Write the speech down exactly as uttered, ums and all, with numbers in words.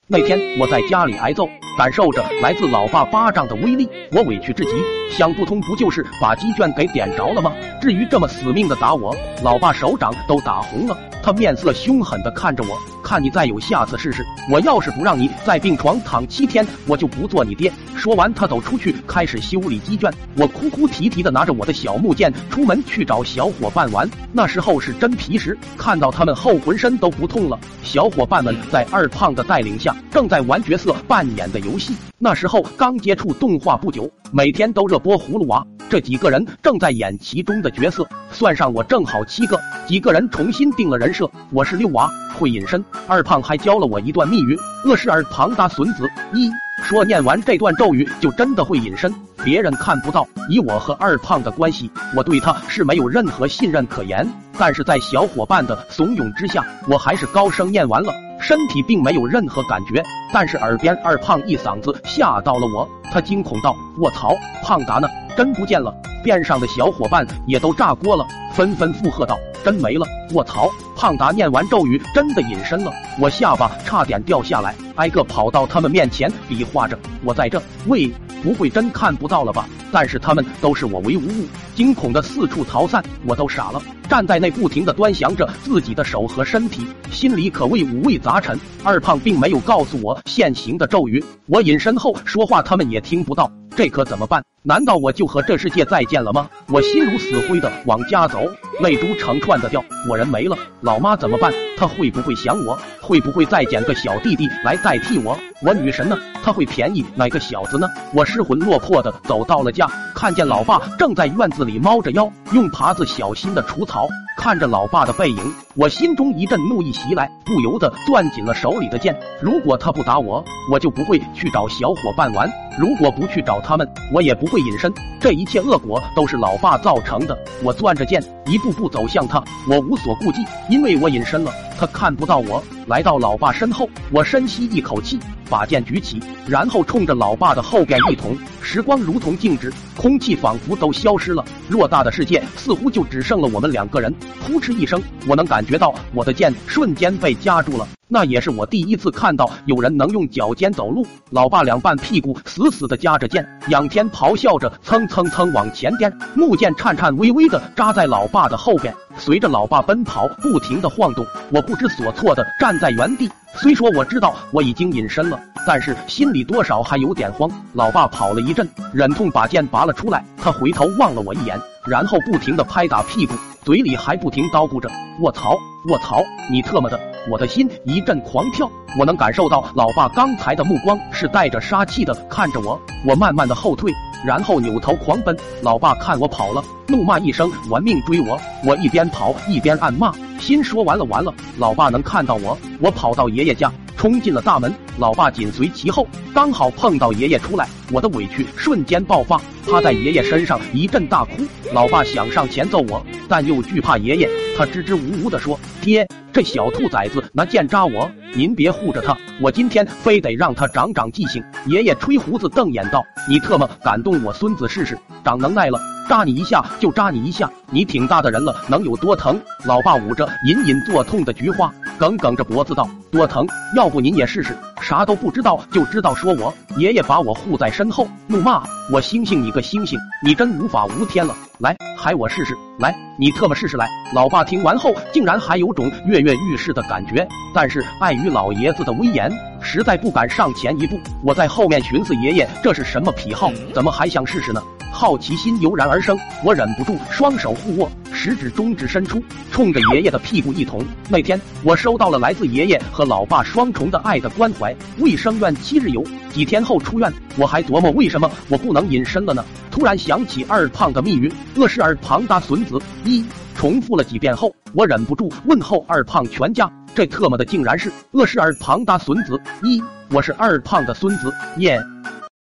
那天我在家里挨揍，感受着来自老爸巴掌的威力，我委屈至极，想不通不就是把鸡圈给点着了吗？至于这么死命的打我，老爸手掌都打红了，他面色凶狠地看着我，看你再有下次试试，我要是不让你在病床躺七天，我就不做你爹。说完他走出去开始修理鸡圈，我哭哭啼啼地拿着我的小木剑出门去找小伙伴玩。那时候是真皮实，看到他们后浑身都不痛了。小伙伴们在二胖的带领下正在玩角色扮演的游戏，那时候刚接触动画不久，每天都热播葫芦娃，这几个人正在演其中的角色，算上我正好七个。几个人重新定了人设，我是六娃，会隐身，二胖还教了我一段密语，恶是尔庞大孙子一，说念完这段咒语就真的会隐身，别人看不到。以我和二胖的关系，我对他是没有任何信任可言，但是在小伙伴的怂恿之下，我还是高声念完了，身体并没有任何感觉，但是耳边二胖一嗓子吓到了我，他惊恐道：卧槽，胖达呢？真不见了。边上的小伙伴也都炸锅了，纷纷附和道：真没了。卧槽，胖达念完咒语真的隐身了。我下巴差点掉下来，挨个跑到他们面前比划着，我在这，喂，不会真看不到了吧？但是他们都视我为无物，惊恐的四处逃散，我都傻了，站在那不停地端详着自己的手和身体，心里可谓五味杂陈。二胖并没有告诉我现行的咒语，我隐身后说话他们也听不到，这可怎么办？难道我就和这世界再见了吗？我心如死灰的往家走，泪珠成串的掉。我人没了，老妈怎么办？她会不会想我？会不会再捡个小弟弟来代替我？我女神呢？她会便宜哪个小子呢？我失魂落魄的走到了家，看见老爸正在院子里猫着腰，用耙子小心的除草。看着老爸的背影，我心中一阵怒意袭来，不由得攥紧了手里的剑。如果他不打我，我就不会去找小伙伴玩，如果不去找他们，我也不会隐身。这一切恶果都是老爸造成的。我攥着剑一步步走向他，我无所顾忌，因为我隐身了，他看不到我。来到老爸身后，我深吸一口气，把剑举起，然后冲着老爸的后边一捅。时光如同静止，空气仿佛都消失了，偌大的世界似乎就只剩了我们两个人。扑哧一声，我能感觉到我的剑瞬间被夹住了，那也是我第一次看到有人能用脚尖走路。老爸两半屁股死死地夹着剑，仰天咆哮着蹭蹭蹭往前颠，木剑颤颤巍巍地扎在老爸的后边，随着老爸奔跑不停地晃动。我不知所措地站在原地，虽说我知道我已经隐身了，但是心里多少还有点慌。老爸跑了一阵，忍痛把剑拔了出来，他回头望了我一眼，然后不停地拍打屁股，嘴里还不停叨咕着：卧槽，卧槽，你特么的！我的心一阵狂跳，我能感受到老爸刚才的目光是带着杀气的看着我。我慢慢的后退，然后扭头狂奔。老爸看我跑了，怒骂一声：玩命追我！我一边跑一边暗骂，心说完了完了，老爸能看到我。我跑到爷爷家，冲进了大门，老爸紧随其后，刚好碰到爷爷出来，我的委屈瞬间爆发，趴在爷爷身上一阵大哭。老爸想上前揍我，但又惧怕爷爷，他支支吾吾地说：爹，这小兔崽子拿剑扎我，您别护着他，我今天非得让他长长记性。爷爷吹胡子瞪眼道：你特么敢动我孙子试试，长能耐了，扎你一下就扎你一下，你挺大的人了，能有多疼？老爸捂着隐隐作痛的菊花，梗梗着脖子道：多疼？要不您也试试？啥都不知道就知道说我。爷爷把我护在身后，怒骂我：星星你个星星，你真无法无天了，来还我试试，来你特么试试来。老爸听完后竟然还有种跃跃欲试的感觉，但是碍于老爷子的威严，实在不敢上前一步。我在后面寻思，爷爷这是什么癖好，怎么还想试试呢？好奇心油然而生，我忍不住双手互握，食指中指伸出，冲着爷爷的屁股一捅。那天我收到了来自爷爷和老爸双重的爱的关怀，卫生院七日游。几天后出院，我还琢磨为什么我不能隐身了呢？突然想起二胖的密语：恶是尔庞大孙子一，重复了几遍后，我忍不住问候二胖全家，这特么的竟然是恶是尔庞大孙子一，我是二胖的孙子耶。Yeah